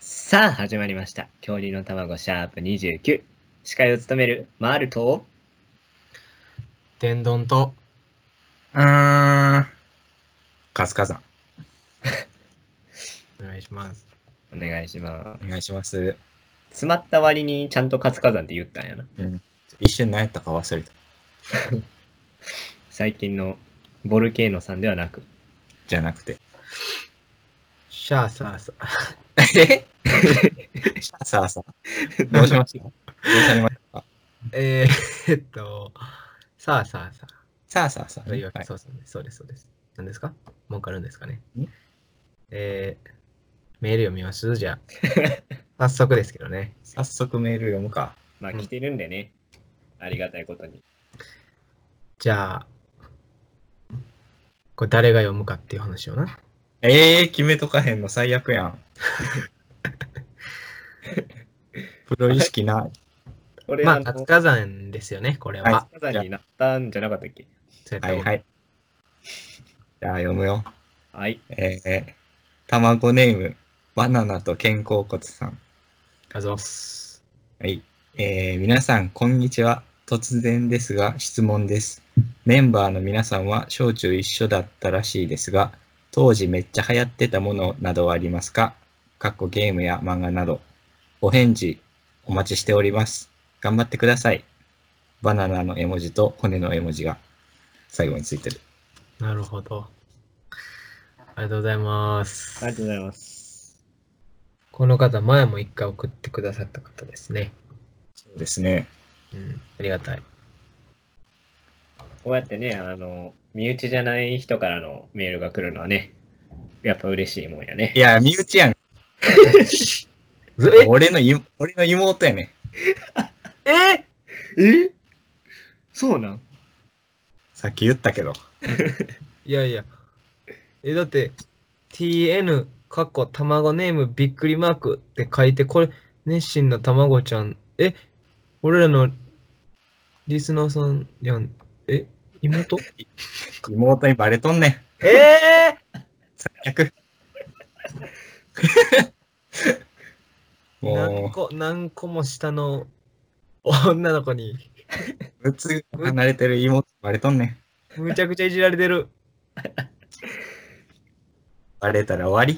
さあ始まりました。恐竜の卵シャープ29。司会を務めるマールと天丼と活火山。 お願いします。 お願いしまお願いします。 す。詰まった割にちゃんと活火山って言ったんやな。 一瞬何やったか忘れた。 最近のボルケーノさんではなく。 じゃなくて。 シャーサーサえさあさあ。どうしましたどうされましたかさあさあさあ。 さあさあさあ、 というわけはいそうですね。そうです、そうです。何ですか文句あるんですかねんメール読みますじゃあ。早速ですけどね。 早速メール読むか。 まあ来てるんでね。ありがたいことに。 じゃあ、これ誰が読むかっていう話をな。 決めとかへんの最悪やん。プロ意識ない。 まあ、 これ活火山ですよね、これは。 は活火山になったんじゃなかったっけ？ そうやったはいはい。じゃあ読むよ。 はい。 卵ネーム、バナナと肩甲骨さん。 あざっす。 はい。皆さん、こんにちは。突然ですが、質問です。メンバーの皆さんは小中一緒だったらしいですが、当時めっちゃ流行ってたものなどはありますか？ゲームや漫画など。お返事、お待ちしております。頑張ってください。バナナの絵文字と骨の絵文字が最後についてる。 なるほど。ありがとうございます。 ありがとうございます。 この方、前も一回送ってくださった方ですね。 そうですね。 ありがたい。 こうやってね、身内じゃない人からのメールが来るのはね、やっぱ嬉しいもんやね。 いや、身内やん。俺の妹やね。 えそうなん？ さっき言ったけど。 いやいや。だって、tn、卵ネームびっくりマークって書いて、これ、熱心な卵ちゃん。俺らのリスナーさんやん。妹妹にバレとんねん。最悪。 何個も下の女の子に、 うつ離れてる妹にバレとんねん。 むちゃくちゃいじられてる。 バレたら終わり。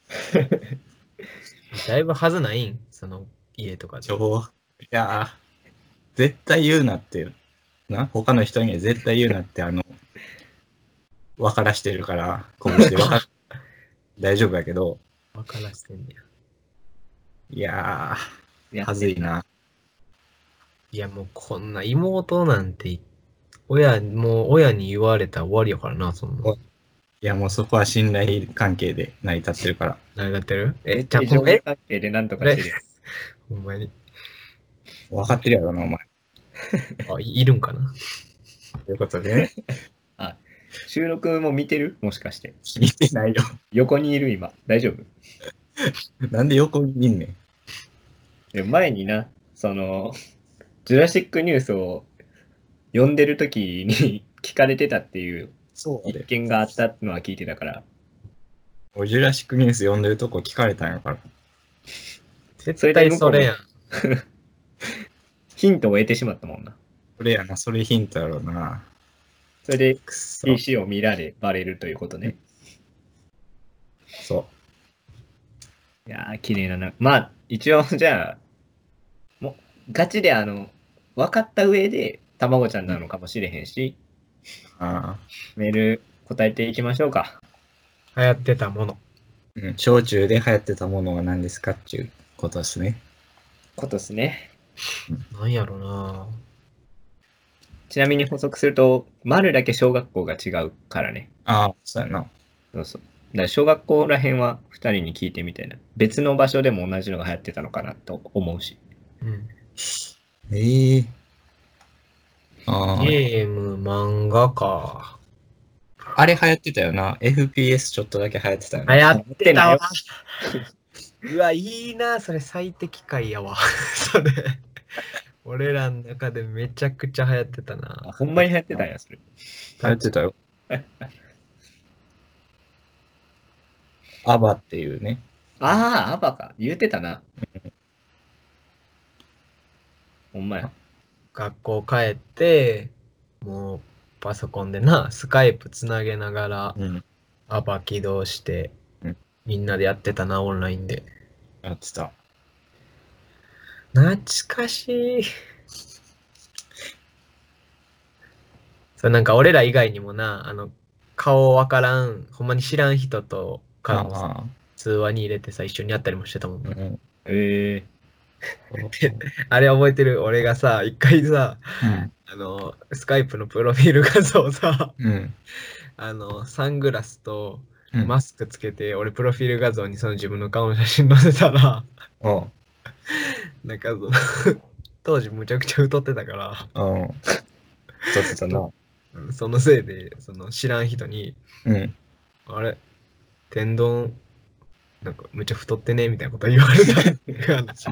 だいぶはずないんその家とかで。 いやー、絶対言うなって他の人には絶対言うなって分からしてるから、拳で大丈夫やけど、 わからしてんねや。 いやー、はずいな。 いや、もうこんな妹なんて、親に言われたら終わりやからな、そんな。 いや、もうそこは信頼関係で成り立ってるから。 何やってるちゃんと関係でなんとかしてるよ。 ほんまに。 分かってるやろな、お前。 いるんかなということでね。 収録も見てる？もしかして。 見てないよ。 横にいる今。大丈夫？ なんで横にいんねん。 でも前にな、ジュラシックニュースを読んでる時に聞かれてたっていう一見があったのは聞いてたから。 俺ジュラシックニュース読んでるとこ聞かれたんやから。 絶対それやん。 ヒントを得てしまったもんな。 それやな、それヒントやろうな。 それで PC を見られバレるということね。 そう。 いやー、綺麗な。まあ、一応じゃあ、もう、ガチで分かった上で、卵ちゃんなのかもしれへんし、メール答えていきましょうか。 流行ってたもの。 小中で流行ってたものは何ですかっていうことですね。 ことですね。 なんやろな。 ちなみに補足すると、丸だけ小学校が違うからね。 そうやな。 そうそう。だから小学校らへんは2人に聞いてみたいな。別の場所でも同じのが流行ってたのかなと思うし。 ゲーム、漫画か。 あれ流行ってたよな。FPS ちょっとだけ流行ってたよな。 流行ってたわ。うわ、いいな、それ最適解やわ。それ。俺らの中でめちゃくちゃ流行ってたな。 ほんまに流行ってたんや、それ。 流行ってたよ。アバっていうね。 ああ、アバか。言うてたな。ほんまや。 学校帰って、もうパソコンでな、スカイプつなげながら、 うん。 アバ起動して、 うんみんなでやってたな、オンラインで。 やってた。 懐かしい。そう、なんか俺ら以外にもな、顔わからん、ほんまに知らん人とかもさあ通話に入れてさ、一緒にやったりもしてたもんあ、 な。 うん。 ええあれ覚えてる俺がさ、一回さ、 うん。 スカイプのプロフィール画像をさ、 うん。 サングラスとうん。 マスクつけて、俺プロフィール画像にその自分の顔の写真載せたら、 おう。 なんかその当時むちゃくちゃ太ってたから、 うん。撮ってたな。 そのせいで、その知らん人に、 うん。 あれ、天丼、なんかむっちゃ太ってねみたいなこと言われたっていう話。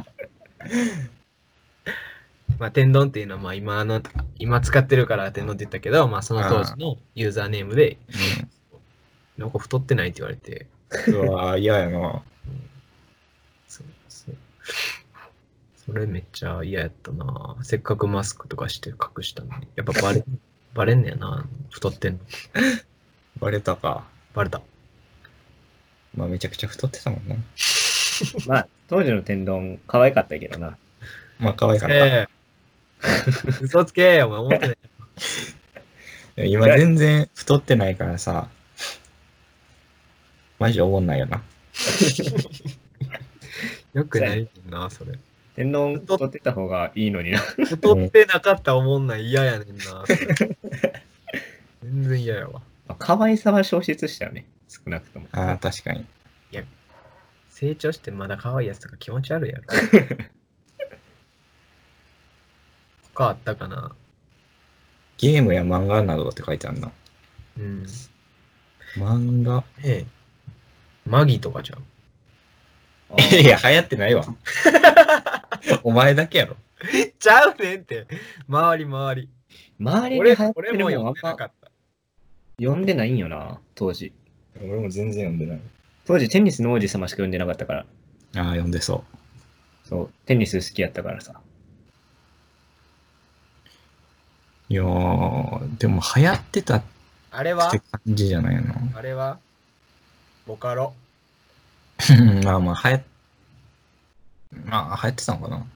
まあ、天丼っていうのは、まあ今使ってるから天丼って言ったけど、まあその当時のユーザーネームで、なんか太ってないって言われて、 うん。うわー、嫌やな。 そうそう。それめっちゃ嫌やったな。せっかくマスクとかして隠したのに。やっぱバレんねやな。太ってんの。 バレたか。 バレた。 まあ、めちゃくちゃ太ってたもんな。 まあ、当時の天丼、可愛かったけどな。 まあ、可愛かった。 ええ嘘つけお前思ってない。 今全然太ってないからさ、マジおもんないよな。 よくないな、それ。 天丼太ってた方がいいのにな。 太ってなかったら思んない嫌やねんな。それ全然嫌やわ。 可愛さは消失したよね。少なくとも。 ああ、確かに。 成長してまだ可愛いやつとか気持ち悪いやろ。他あったかな。 ゲームや漫画などって書いてあるな。 うん。 漫画ええ。マギとかじゃん。 いや、流行ってないわ。お前だけやろ。 ちゃうねんって。周り。 周りに俺流行って俺もるもんあんま読んでなかった。 読んでないんよな、当時。 俺も全然読んでない。 当時テニスの王子様しか読んでなかったから。 ああ、読んでそそう、テニス好きやったからさ。 う。いやー、でも流行ってたっあれはて感じじゃないな。 あれはボカロ。 まあまあ、まあ、流行ってたのかな。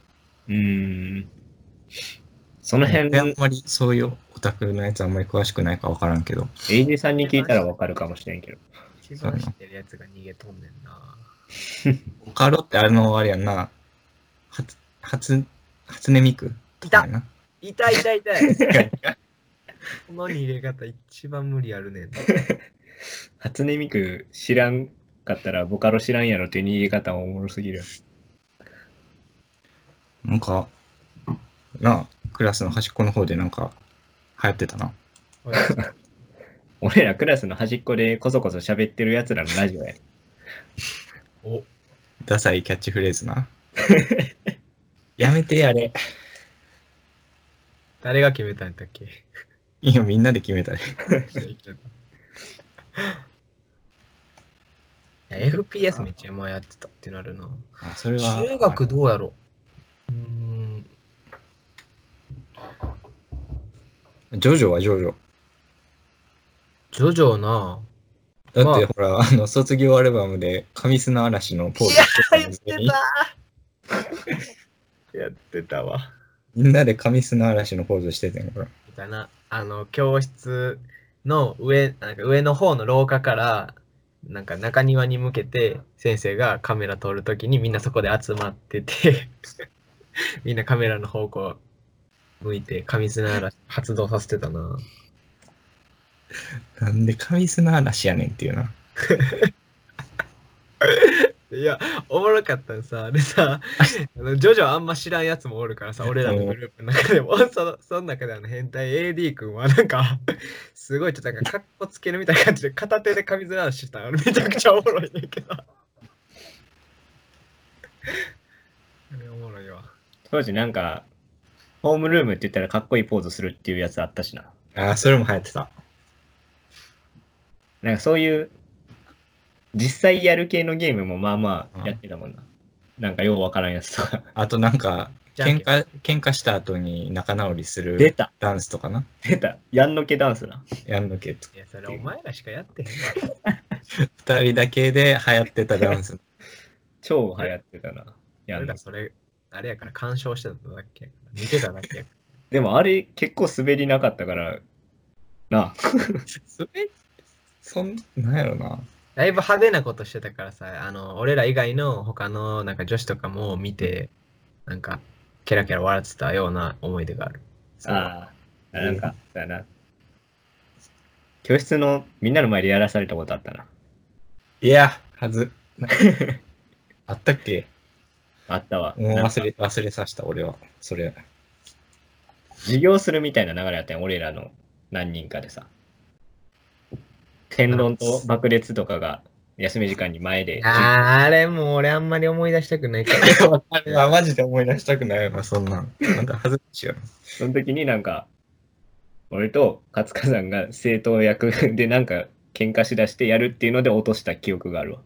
その辺、 あんまりそういうオタクのやつあんまり詳しくないかわからんけど。 エイジさんに聞いたらわかるかもしれんけど。 一番知ってるやつが逃げとんねんな。 ボカロってあれやんな。初音ミクとかやな。 痛い。この入れ方一番無理あるねん。 初音ミク知らんかったらボカロ知らんやろっていう逃げ方はおもろすぎる。 なんか、なあ、クラスの端っこの方でなんか流行ってたな。 俺らクラスの端っこでこそこそ喋ってる奴らのラジオや。 お、 ダサいキャッチフレーズな。やめてやれ。 誰が決めたんだっけ。 いや、みんなで決めたで。 FPS めっちゃ前やってたってなるな。 あ、それは。 中学どうやろジョジョはジョジョ。 ジョジョな。 だって、 まあほら、卒業アルバムで、神砂嵐のポーズしてたのにやってたわ。 みんなで神砂嵐のポーズしてたんやから。 みたいな。教室のなんか上の方の廊下から、なんか中庭に向けて先生がカメラ撮るときにみんなそこで集まっててみんなカメラの方向向いて神砂嵐発動させてたな。 なんで神砂嵐やねんっていうな。 いや、おもろかったんさ、あれさ、ジョジョあんま知らんやつもおるからさ、俺らのグループの中でも、その中で変態 AD 君はなんか、すごいちょっとなんか、カッコつけるみたいな感じで、片手で紙ずらしたの。めちゃくちゃおもろいねんけど。あれおもろいわ。 当時なんか、ホームルームって言ったらかっこいいポーズするっていうやつあったしな。 ああ、それも流行ってた。 なんかそういう実際やる系のゲームもまあまあやってたもんな。なんかようわからんやつとか。 あとなんか、 じゃんけん喧嘩した後に仲直りする出たダンスとかな。 出た。やんのけダンスな。 やんのけと。 いや、それお前らしかやってへん二人だけで流行ってたダンス。 超流行ってたな。 わ。 やんの俺らそれ、あれやから鑑賞してただけ。見てただけやかでもあれ結構滑りなかったから、な。 なんやろな。 ら。だいぶ派手なことしてたからさ、俺ら以外の他のなんか女子とかも見て、なんか、ケラケラ笑ってたような思い出がある。 ああ、なんか、そうやな。教室のみんなの前でやらされたことあったな。 いや、あったっけ。 あったわ。 もうなんか忘れさせた、俺は。それ。 授業するみたいな流れあったよ、俺らの何人かでさ。天論と爆裂とかが休み時間に前で。 あれもう俺あんまり思い出したくないから。 マジで思い出したくないよな、そんなん。なんか恥ずかしいよな。 その時になんか、俺と勝火山が生徒役でなんか喧嘩しだしてやるっていうので落とした記憶があるわ。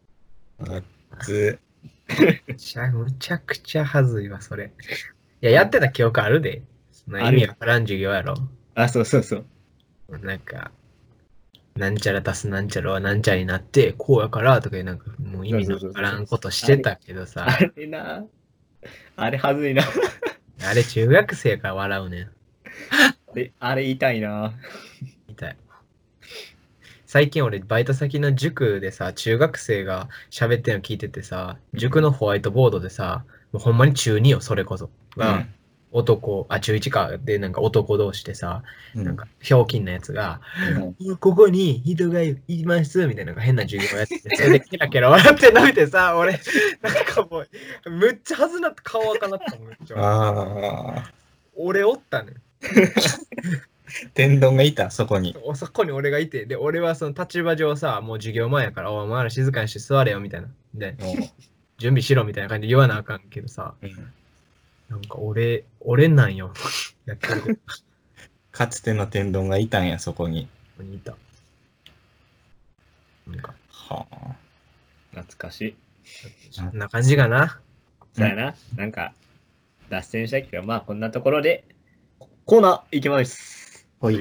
むちゃくちゃはずいわ、それ。いや、やってた記憶あるで。そんな意味わからん授業やろ。 あ、そうそうそう。 なんか、なんちゃら足すなんちゃらはなんちゃらになって、こうやからとかいうなんかもう意味のわからんことしてたけどさ、 あれな。あれはずいな。 あれ中学生から笑うねん。 あれ痛いな。 痛い。最近俺バイト先の塾でさ、中学生が喋ってるの聞いててさ、塾のホワイトボードでさ、もうほんまに中2よ、それこそ。が、中1かでなんか男同士でさ、なんかひょうきんなやつが、ここに人がいますみたいななんか変な授業をやってて、それでケラケラ笑って伸びてさ、俺、なんかもう、むっちゃはずなって顔赤なったもん、めっちゃ。 ああ。 俺おったねん。 天丼がいた、そこに。 そこに俺がいて、で、俺はその立場上さ、もう授業前やから、お前ら静かにして座れよみたいな。で、準備しろみたいな感じで言わなあかんけどさ、なんか俺なんよ。やってるかつての天丼がいたんや、そこに。 子にいた。なんか、 はあ。 懐かしい。 そんな感じかな。 そうやな。なんか、脱線したけど、まあこんなところで、コーナーいきます。 はい。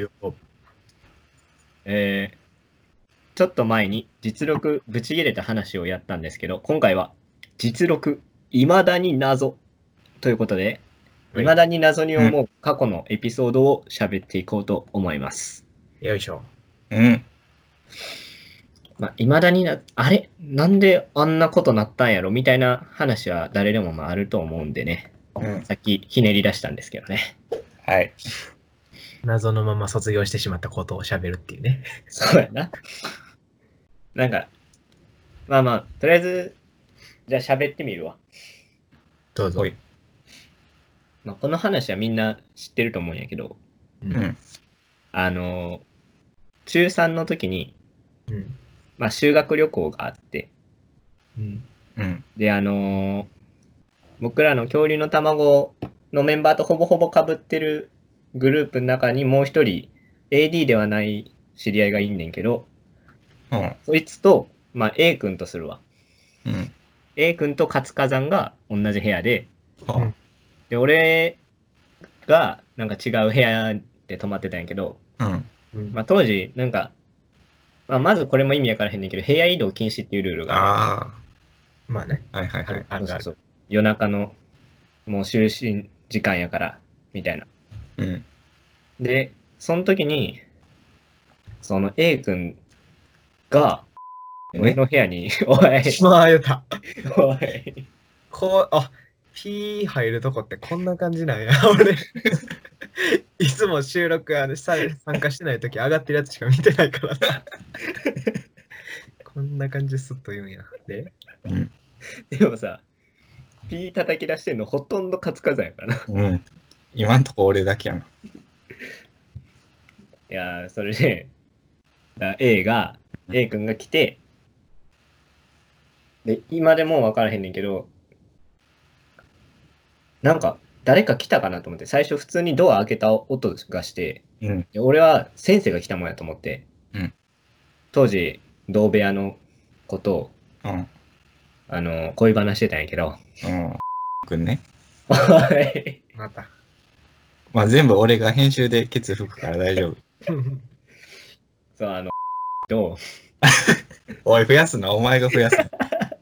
ちょっと前に実録ぶち切れた話をやったんですけど、今回は実録未だに謎ということで、 はい未だに謎に思う過去のエピソードを喋っていこうと思います。 よいしょ。 うん。 まあ、未だにあれなんであんなことなったんやろみたいな話は誰でもまああると思うんでね。 うん。 さっきひねり出したんですけどね。 はい。 謎のまま卒業してしまったことを喋るっていうね。 そうやな。なんか、まあまあ、とりあえず、じゃあ喋ってみるわ。 どうぞ。 ほい。 まあ、この話はみんな知ってると思うんやけど、 うん。 中3の時に、 うん。 まあ、修学旅行があって、 うん。 うん。 で、僕らの恐竜の卵のメンバーとほぼほぼ被ってるグループの中にもう一人、AD ではない知り合いがいんねんけど、 うん。 そいつと、まあ、A 君とするわ。 うん。 A 君と活火山が同じ部屋で、 はで、俺がなんか違う部屋で泊まってたんやけど、 あ。うん。 うん。 まあ、当時、なんか、まあ、まずこれも意味わからへんねんけど、部屋移動禁止っていうルールがああまあね。 あ。はいはいはい。 あるある。 る。そうそう夜中のもう就寝時間やから、みたいな。 うん。 で、その時に、その A 君が、俺の部屋に、おい、 まあ、言った。 おい、 P 入るとこってこんな感じなんや。俺、いつも収録参加してない時上がってるやつしか見てないからさ。こんな感じですっと言うんや。で、 うん。 でもさ、P 叩き出してんのほとんど活火山やからな。 うん。今んとこ俺だけやな。 いやー、それで、A 君が来て、で、今でも分からへんねんけど、なんか、誰か来たかなと思って、最初普通にドア開けた音がして、 うん。 で俺は先生が来たもんやと思って、 うん当時、同部屋のことを、 うん。 恋話してたんやけど、 うん。くんね。 おいまた。 まあ全部俺が編集でケツ吹くから大丈夫。 そう、と、 おい、増やすな。お前が増やすな。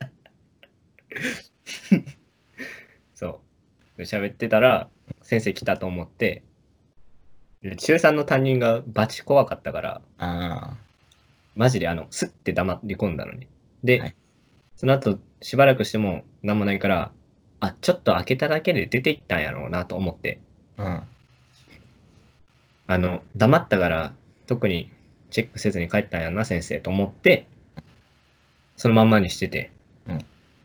そう、喋ってたら、先生来たと思って、で中3の担任がバチ怖かったから、 あマジでスッて黙り込んだのね。で、 はいその後、しばらくしても何もないから、あ、ちょっと開けただけで出て行ったんやろうなと思って、 あ。 黙ったから特にチェックせずに帰ったんやな、先生と思って、そのまんまにしてて。 うん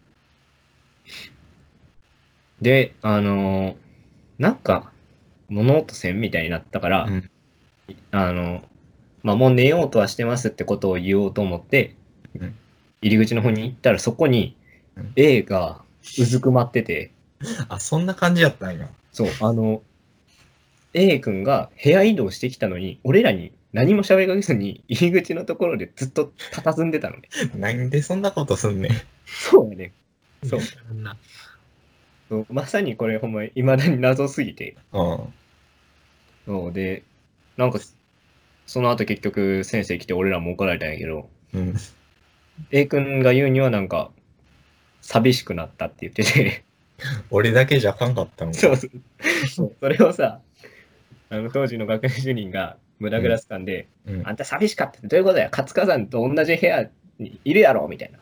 で、なんか、物音せんみたいになったから、 うん。 まあ、もう寝ようとはしてますってことを言おうと思って、 うん入り口の方に行ったらそこにうん A がうずくまってて、 あ、そんな感じやったんや。 そう、A 君が部屋移動してきたのに、俺らに何も喋りかけずに入り口のところでずっと佇んでたのね。 なんでそんなことすんねん。 そうやね。そうそんな。 そうまさにこれほんま未だに謎すぎて。 うん。 そうで、なんか、その後結局先生来て俺らも怒られたんやけど、 うん。 A 君が言うにはなんか、寂しくなったって言ってて、 俺だけじゃあかんかったのか。 そうそう。それをさ、当時の学年主任が無駄グラス館で、 うん。 あんた寂しかったってどういうことや、活火山と同じ部屋にいるやろみたいな。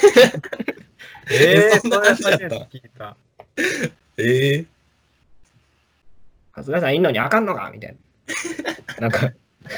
そんな感じやったそれ初めて聞いた。 ええ活火山いんのにあかんのかみたいな。なんか、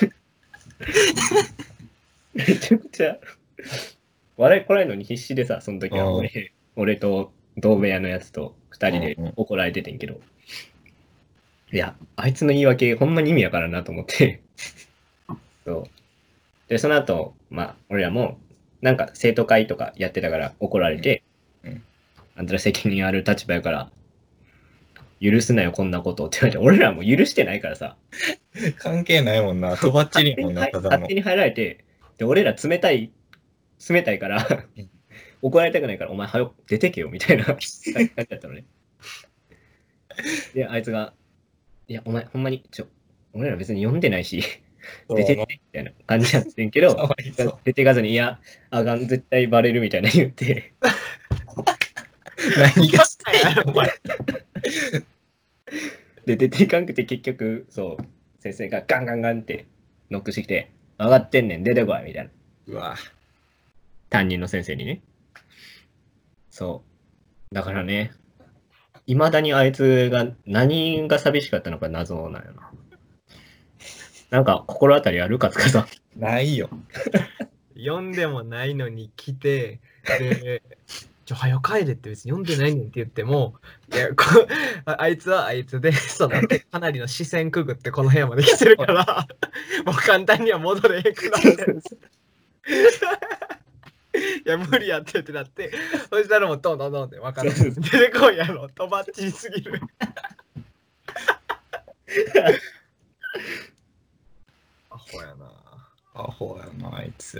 めちゃくちゃ、笑いこらえるのに必死でさ、その時は俺と同部屋のやつと2人で怒られててんけど、いや、あいつの言い訳ほんまに意味わからんなと思って、そう。で、その後、まあ、俺らも、なんか生徒会とかやってたから怒られて、 うんあんたら責任ある立場やから、許すなよ、こんなことって言われて、俺らも許してないからさ、 関係ないもんな。とばっちりやもんな、ただの勝手。に入られて、で、俺ら冷たいからうん、 怒られたくないから、お前、はよ、出てけよ、みたいな感じだったのね。で、あいつが、いや、お前、ほんまに、俺ら別に読んでないし、出てって、みたいな感じやってんけどかわいそう、 出てかずに、いや、あがん、絶対バレるみたいな言って、 何がしたいのお前。 で、出ていかんくて結局、そう、先生がガンガンガンってノックしてきて、上がってんねん、出てこい、みたいな。 うわ。 担任の先生にね。そう。だからね、いまだにあいつが何が寂しかったのか謎なんよな。なんか心当たりあるかつかさ。 ないよ。 読んでもないのに来て、で、はよ帰れって別に読んでないねんって言っても、いや、あいつはあいつで、かなりの視線くぐってこの部屋まで来てるから、もう簡単には戻れへんくなって。いや、無理やってってなって、そしたらもうドンドンドンって分かる。出てこいやろ、とばっちりすぎる。アホやな。 アホやな、あいつ。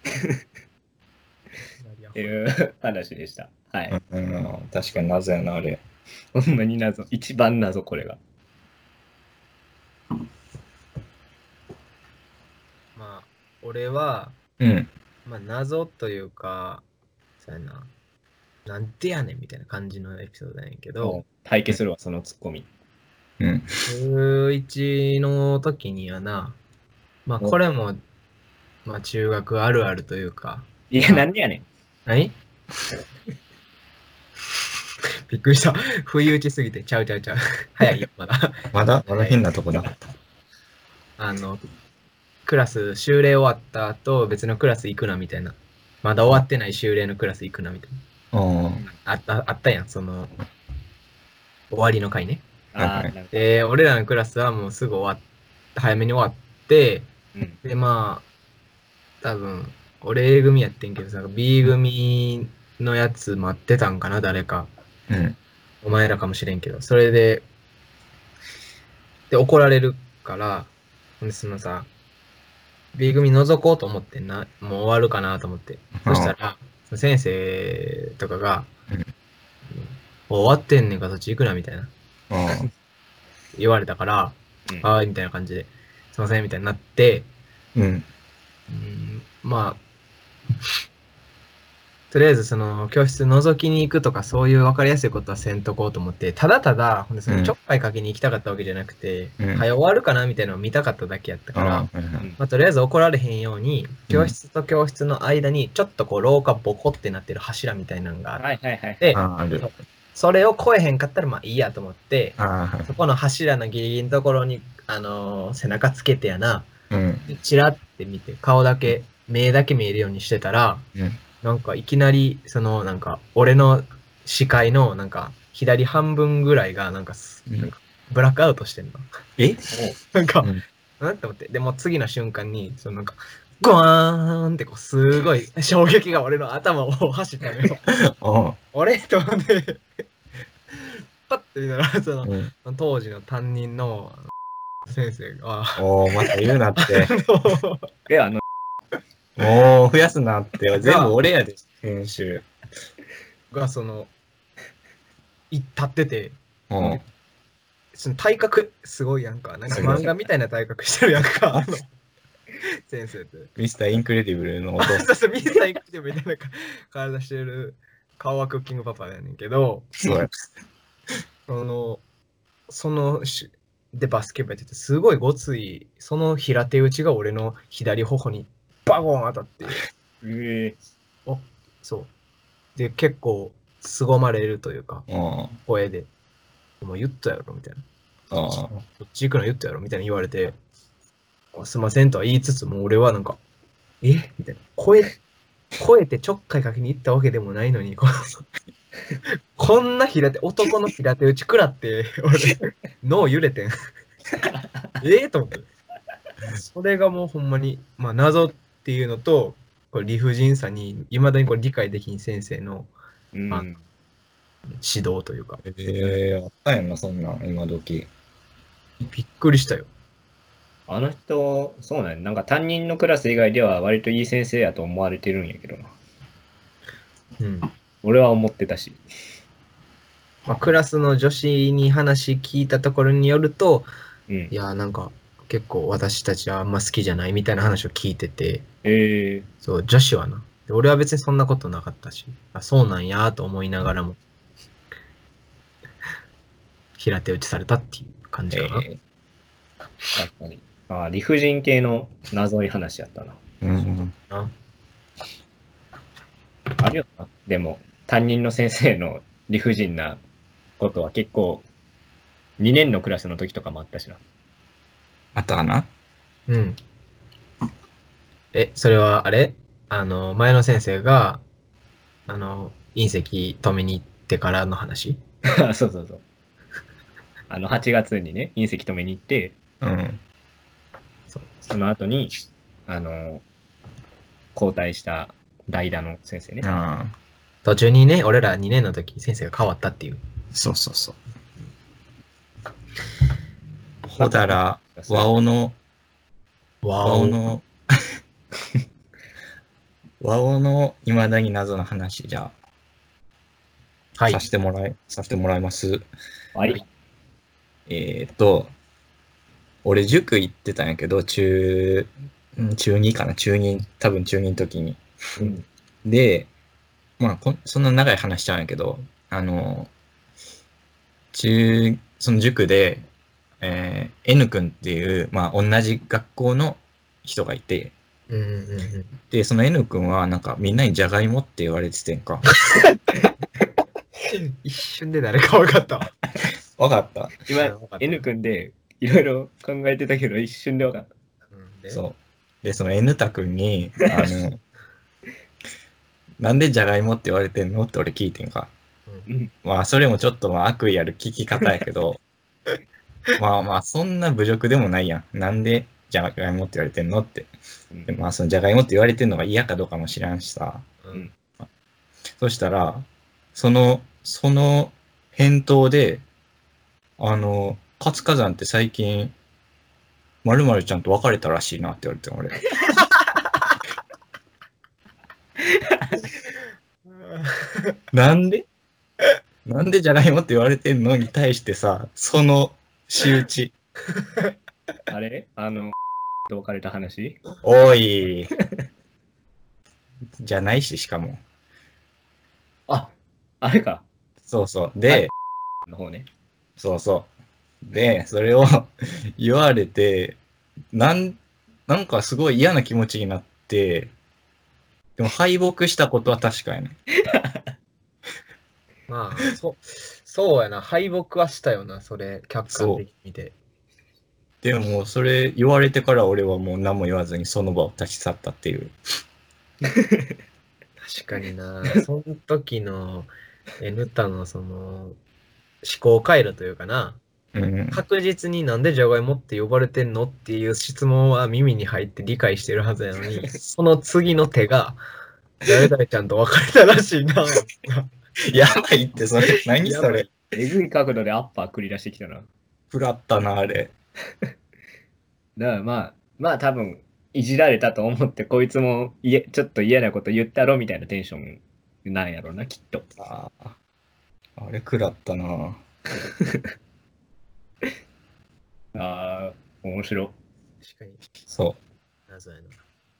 っていう話でした。はい。 うん、確かに謎やな、あれ。 ほんまに謎。一番謎、これが。 まあ、俺は、 うん。 まあ、謎というか、そうやな、なんでやねんみたいな感じのエピソードなんやけど、 対決するわ、そのツッコミ。 うん。 中1の時にはな、まあ、これも、まあ、中学あるあるというか、 いや、なんでやねん。 何びっくりした。不意打ちすぎて、ちゃう。早いよ、まだ。 まだ変なとこだった。 クラス、修例終わった後、別のクラス行くな、みたいな。まだ終わってない修例のクラス行くな、みたいな。 うん。 あったやん、その、終わりの回ね。 ああ、 はいなんか、 で、俺らのクラスはもうすぐ早めに終わって、 うん。 で、まあ、多分、俺 A 組やってんけどさ、B 組のやつ待ってたんかな、誰か。 うん。 お前らかもしれんけど、それで、怒られるから、ほんでそのさ、 B 組覗こうと思ってんな。もう終わるかなと思って。そしたら、先生とかが、 うんもう終わってんねんからそっち行くなみたいなうん言われたから、 うんはーいみたいな感じで、すいませんみたいになって、 うんまあ、とりあえずその教室覗きに行くとかそういう分かりやすいことはせんとこうと思って、ただただ、ほんでそのちょっかいかけに行きたかったわけじゃなくて、 うん早終わるかなみたいなのを見たかっただけやったから、 うんまあ、とりあえず怒られへんように、教室と教室の間にちょっとこう廊下ボコってなってる柱みたいなのがあっはいはいはい。 て、 ある。 それを越えへんかったらまあいいやと思って、 あそこの柱のギリギリのところに、背中つけてやな、 うんチラって見て、顔だけ、目だけ見えるようにしてたら、 うんなんかいきなり、そのなんか、俺の視界のなんか、左半分ぐらいがなんかなんかブラックアウトしてんの。 えなんか、 うんなんて思って。でも次の瞬間に、そのなんか、ゴワーンってこう、すごい衝撃が俺の頭を走ったのよ。 お俺と思って、パッて見たら、その、 うん当時の担任の先生が、 おーまた言うなって。 で、 もう増やすなって。全部俺やで、編集。 その、立ってて、 うんその体格すごいやんか。なんか漫画みたいな体格してるやんか。先生って。 ミスターインクレディブルの音。 そうそう、ミスターイクティブみたいな体してる顔はクッキングパパやねんけど、 そうや。 そのでバスケ部やってて、すごいごつい、その平手打ちが俺の左頬にバゴン当たって、そう。で、結構、凄まれるというか、 うん声で、もう言ったやろ、みたいな。 あこっち行くの言ったやろ、みたいな言われて、すいませんとは言いつつも、俺はなんか、みたいな。超えてちょっかいかけに行ったわけでもないのに、こんな男の平手打ち食らって、俺、脳揺れてん。と思って。それがもうほんまに、まあ謎っていうのと、これ理不尽さに、いまだにこれ理解できん先生のうんあ指導というか、 あったんやんな、そんなん、今時。 びっくりしたよ。 あの人、そうなんや。なんか担任のクラス以外では割といい先生やと思われてるんやけどな。 うん。 俺は思ってたし。 まあ、クラスの女子に話聞いたところによると、 うんい。や、なんか結構私たちはあんま好きじゃないみたいな話を聞いてて、そう、女子はな。で俺は別にそんなことなかったし、あ、そうなんやと思いながらも、平手打ちされたっていう感じかな。 確かに。あ、理不尽系の謎い話やったな。 うん。 なあるよな。でも、担任の先生の理不尽なことは結構、2年のクラスの時とかもあったしな。 あったかなうん。それはあれ前の先生が、隕石止めに行ってからの話。 そうそうそう。8月にね、隕石止めに行って、 うん。 その後に、交代した代打の先生ね。 ああ。 途中にね、俺ら2年の時先生が変わったっていう。 そうそうそう。ほだら、和尾の、和尾の未だに謎の話じゃあ、 はいさ。せてもらいます。 はい。 俺塾行ってたんやけど、中2かな中2、多分中2の時に。 うん。 で、まあそんな長い話しちゃうんやけど、その塾で、N 君っていう、まあ同じ学校の人がいて、 うんうんうん。 で、その N 君はなんかみんなにじゃがいもって言われててんか。 一瞬で誰か分かったわ。 わかった。 今分かった、 N 君でいろいろ考えてたけど、一瞬で分かった。 そう。で、その N 太君に、なんでじゃがいもって言われてんのって俺聞いてんか。 うん。 まあ、それもちょっとまあ悪意ある聞き方やけど、まあ、そんな侮辱でもないやん。なんでじゃがいもって言われてんのって。でまあ、そのじゃがいもって言われてんのが嫌かどうかも知らんしさ。 うんそしたら、その返答で、活火山って最近、 〇〇ちゃんと別れたらしいなって言われて、俺。なんでなんでじゃがいもって言われてんのに対してさ、その仕打ち。 あれと別れた話おい。じゃないし、しかも。 あ、あれか。 そうそう。で、 の方ね。 そうそう。で、それを言われて、なんかすごい嫌な気持ちになって、でも敗北したことは確かやね。 まあ、そうやな。敗北はしたよな、それ、客観的に見て。 でも、それ言われてから俺はもう何も言わずにその場を立ち去ったっていう。 確かにな。その時の N タのその思考回路というかな。 うん。 確実になんでじゃがいもって呼ばれてんのっていう質問は耳に入って理解してるはずやのに、その次の手が、誰々ちゃんと別れたらしいな。 やばいって、それ。何それ。 えぐい角度でアッパー繰り出してきたな。だか食らったな、あれ。 らまあ多分、いじられたと思って、こいつもちょっと嫌なこと言ったろみたいなテンションなんやろな、きっと。 あれ食らったな。 ああ、面白。 確かに、 そう。 謎やな。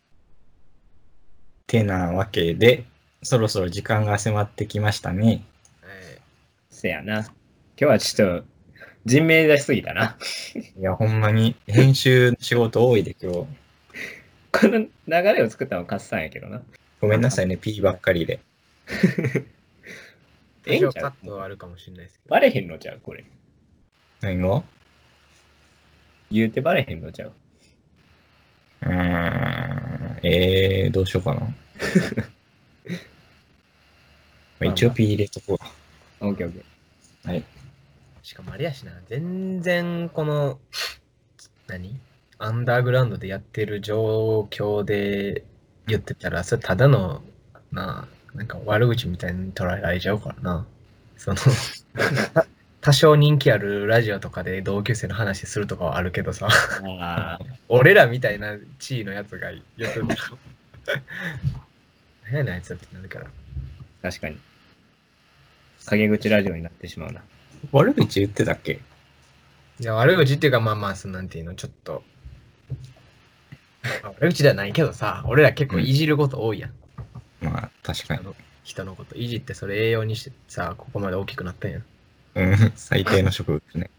てなわけで、そろそろ時間が迫ってきましたね。 せやな。今日はちょっと、人命出しすぎたな。 いや、ほんまに、編集の仕事多いで今日。 この流れを作ったのはカッサンやけどな。 ごめんなさいね、P ばっかりで。 多少カットはあるかもしれないですけど。 バレへんのちゃうこれ。 何が言うてバレへんのちゃう。 どうしようかな。一応 P 入れとくわ。 オッケーオッケー。 はい。 しかもあれやしな、全然この、アンダーグラウンドでやってる状況で言ってたら、それただの、なんか悪口みたいに捉えられちゃうからな。その、多少人気あるラジオとかで同級生の話するとかはあるけどさ、 あ俺らみたいな地位のやつが言ってたら、何やねんあいつってなるから。 確かに。陰口ラジオになってしまうな。 悪口言ってたっけ？ いや、悪口っていうか、なんていうの、ちょっと、悪口ではないけどさ、俺ら結構いじること多いやん。 まあ、確かに。 人のこといじってそれ栄養にしてさ、ここまで大きくなったんやん。 最低の植物ね。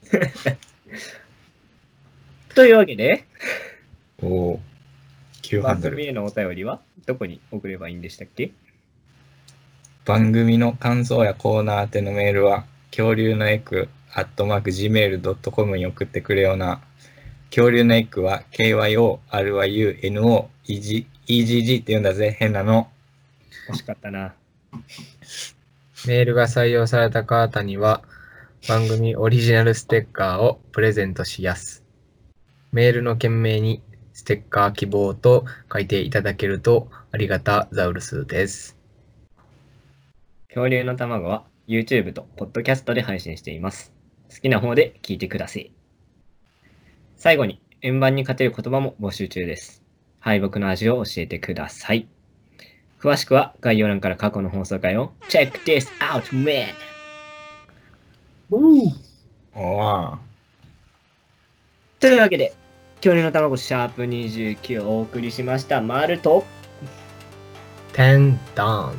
というわけで、 おお、急ハンドル。 番組へのお便りはどこに送ればいいんでしたっけ？ 番組の感想やコーナー宛てのメールは、恐竜のエッグ@gmail.com に送ってくれよな。恐竜のエッグは KYORYUNO EGG って言うんだぜ、変なの。 惜しかったな。 メールが採用された方には、番組オリジナルステッカーをプレゼントしやす。メールの件名にステッカー希望と書いていただけるとありがたザウルスです。 恐竜の卵は YouTube と Podcast で配信しています。好きな方で聞いてください。最後に、円盤に勝てる言葉も募集中です。敗北の味を教えてください。詳しくは概要欄から過去の放送回を Check this out, man! おー。 というわけで、恐竜の卵シャープ29をお送りしました。マルと、 10 down。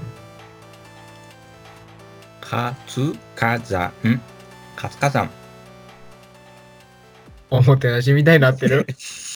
活火山。活火山。 おもてなしみたいになってる。